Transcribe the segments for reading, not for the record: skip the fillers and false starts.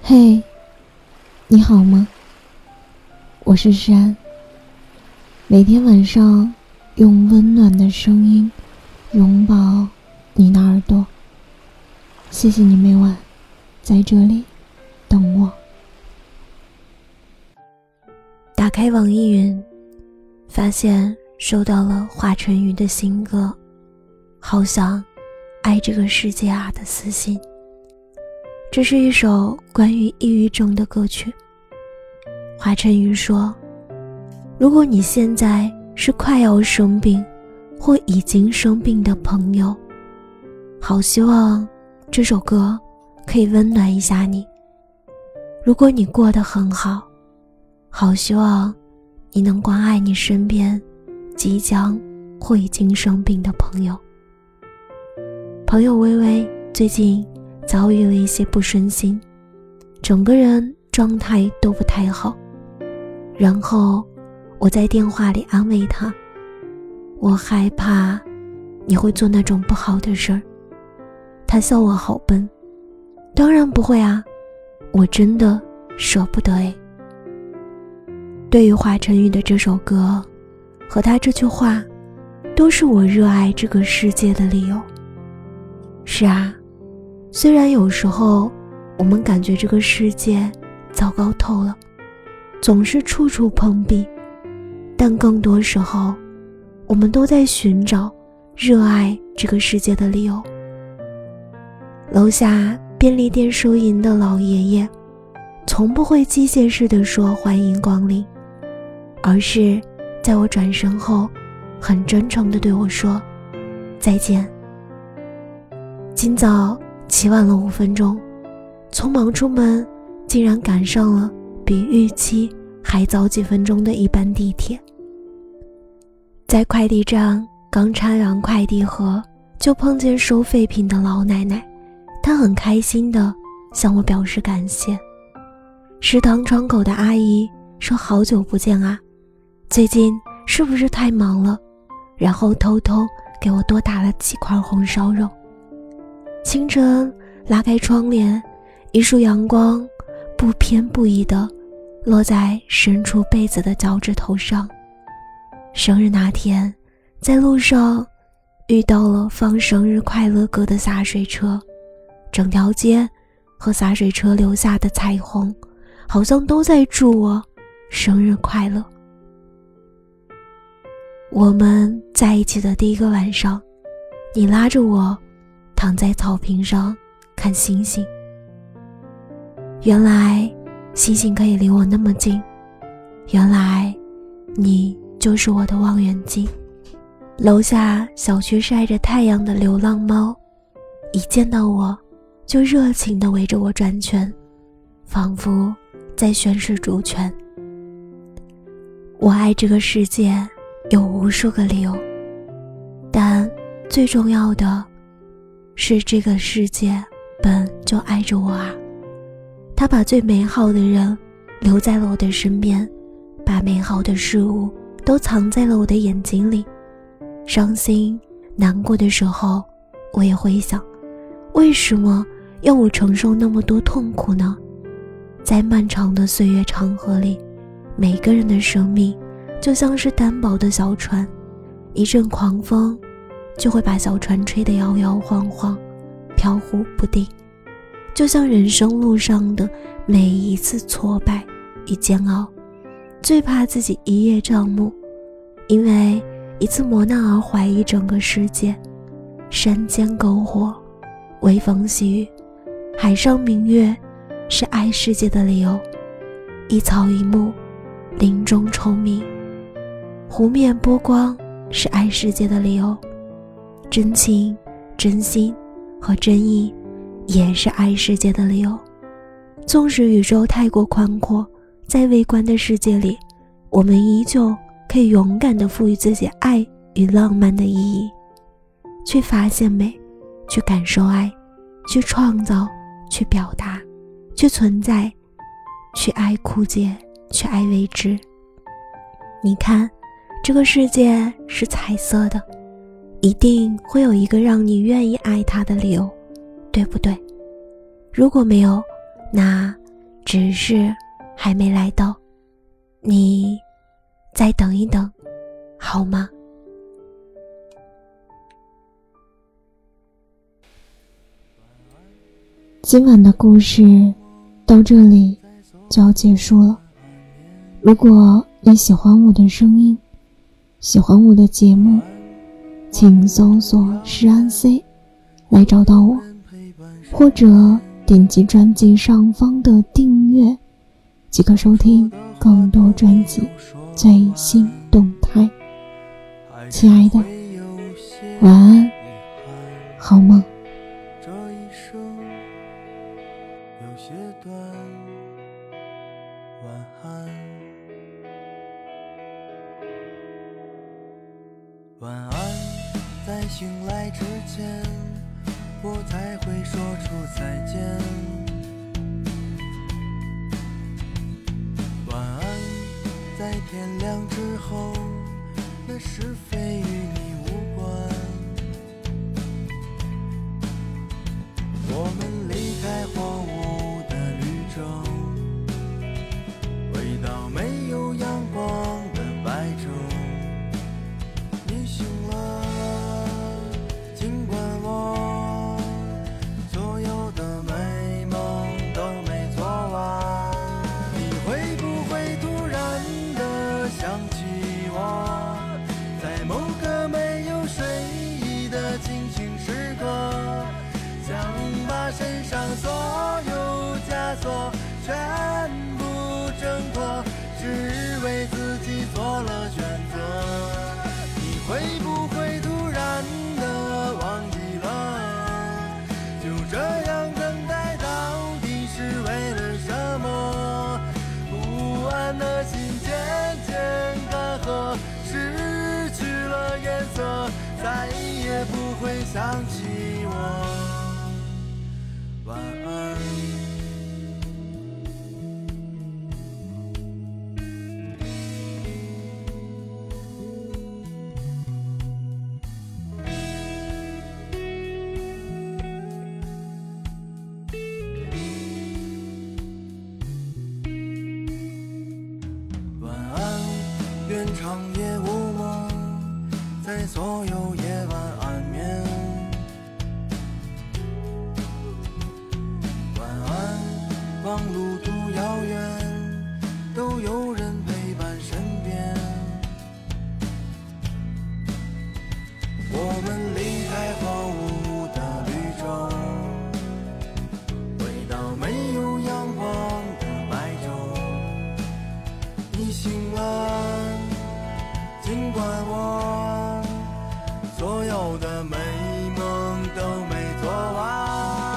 嘿，你好吗？我是珊，每天晚上用温暖的声音拥抱你的耳朵。谢谢你每晚在这里等我。 打开网易云，发现收到了华晨宇的新歌《好想爱这个世界啊》的私信。这是一首关于抑郁症的歌曲。华晨宇说，如果你现在是快要生病或已经生病的朋友，好希望这首歌可以温暖一下你。如果你过得很好，好希望你能关爱你身边即将或已经生病的朋友。朋友微微最近遭遇了一些不顺心，整个人状态都不太好。然后我在电话里安慰他，我害怕你会做那种不好的事儿。他笑我好笨，当然不会啊，我真的舍不得诶。对于华晨宇的这首歌和他这句话，都是我热爱这个世界的理由。是啊，虽然有时候我们感觉这个世界糟糕透了，总是处处碰壁，但更多时候我们都在寻找热爱这个世界的理由。楼下便利店收银的老爷爷从不会机械式地说欢迎光临，而是在我转身后很真诚地对我说再见。今早起晚了5分钟，匆忙出门竟然赶上了比预期还早几分钟的一班地铁。在快递站刚拆完快递盒，就碰见收废品的老奶奶，她很开心地向我表示感谢。食堂窗口的阿姨说好久不见啊，最近是不是太忙了？然后偷偷给我多打了几块红烧肉。清晨拉开窗帘，一束阳光不偏不倚地落在伸出被子的脚趾头上。生日那天，在路上遇到了放生日快乐歌的洒水车，整条街和洒水车留下的彩虹好像都在祝我生日快乐。我们在一起的第一个晚上，你拉着我躺在草坪上看星星。原来星星可以离我那么近，原来你就是我的望远镜。楼下小区晒着太阳的流浪猫一见到我就热情地围着我转圈，仿佛在宣示主权。我爱这个世界有无数个理由，但最重要的是这个世界本就爱着我啊。他把最美好的人留在了我的身边，把美好的事物都藏在了我的眼睛里。伤心难过的时候，我也会想，为什么要我承受那么多痛苦呢？在漫长的岁月长河里，每个人的生命就像是单薄的小船，一阵狂风就会把小船吹得摇摇晃晃，飘忽不定。就像人生路上的每一次挫败与煎熬，最怕自己一叶障目，因为一次磨难而怀疑整个世界。山间篝火，微风细雨，海上明月，是爱世界的理由。一草一木，林中虫鸣，湖面波光，是爱世界的理由。真情、真心和真意，也是爱世界的理由。纵使宇宙太过宽阔，在微观的世界里，我们依旧可以勇敢地赋予自己爱与浪漫的意义，去发现美，去感受爱，去创造，去表达，去存在，去爱枯竭，去爱未知。你看，这个世界是彩色的，一定会有一个让你愿意爱它的理由，对不对？如果没有，那只是还没来到，你再等一等，好吗？ 今晚的故事到这里就要结束了。如果你喜欢我的声音，喜欢我的节目，请搜索诗安 C 来找到我，或者点击专辑上方的订阅即可收听更多专辑最新动态。亲爱的，晚安，好梦。 这一生有些短，晚安，晚安。在醒来之前，我才会说出再见。晚安，在天亮之后，那是非与你无关。我们离开荒芜的旅程，回到没有阳光的白昼。你醒了，尽管我所有的美梦都没做完。你会不会突然地想起我，在某个没有睡意的清醒时刻，想把身上所有枷锁全部挣脱，只为自己做了选择。你会不会突然的忘记了，就这样等待到底是为了什么？不安的心渐渐干涸，失去了颜色，再也不会想起我。晚安。晚安，愿长夜无梦，在所有夜晚安眠。晚安，望路途遥远，都有人陪伴身边。我们离开荒芜的绿洲，回到没有阳光的白昼。你醒了，尽管我所有的美梦都没做完。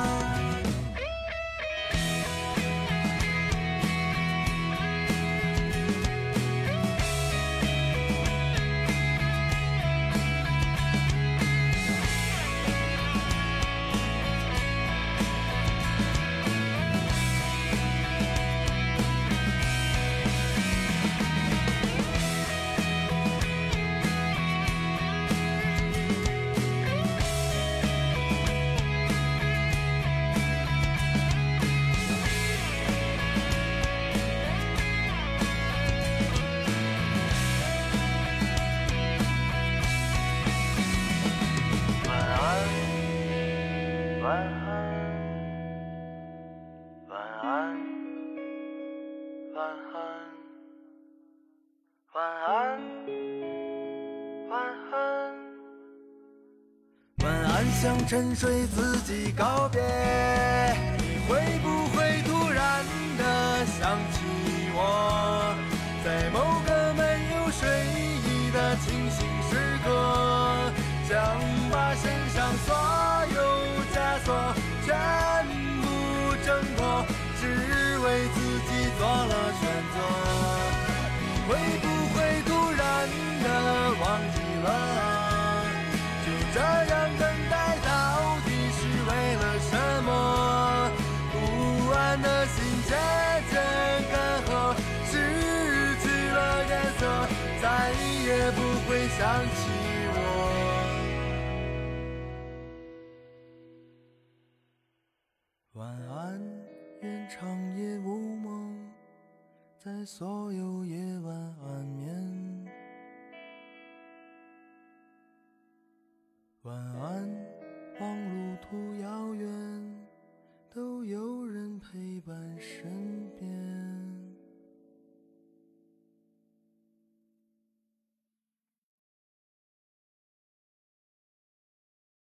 晚安，晚安，晚安，晚安，晚安，晚安，向沉睡自己告别。你会不会突然地想起我，在某个没有睡意的清醒时刻，想把身上所有枷锁全部挣脱，只为自己做了选择。你会不会突然的忘记了，就这样等待到底是为了什么？不安的心渐渐干涸，失去了颜色，再也不会想起我。晚安， 愿长夜无梦，在所有夜晚安眠。晚安，望路途遥远，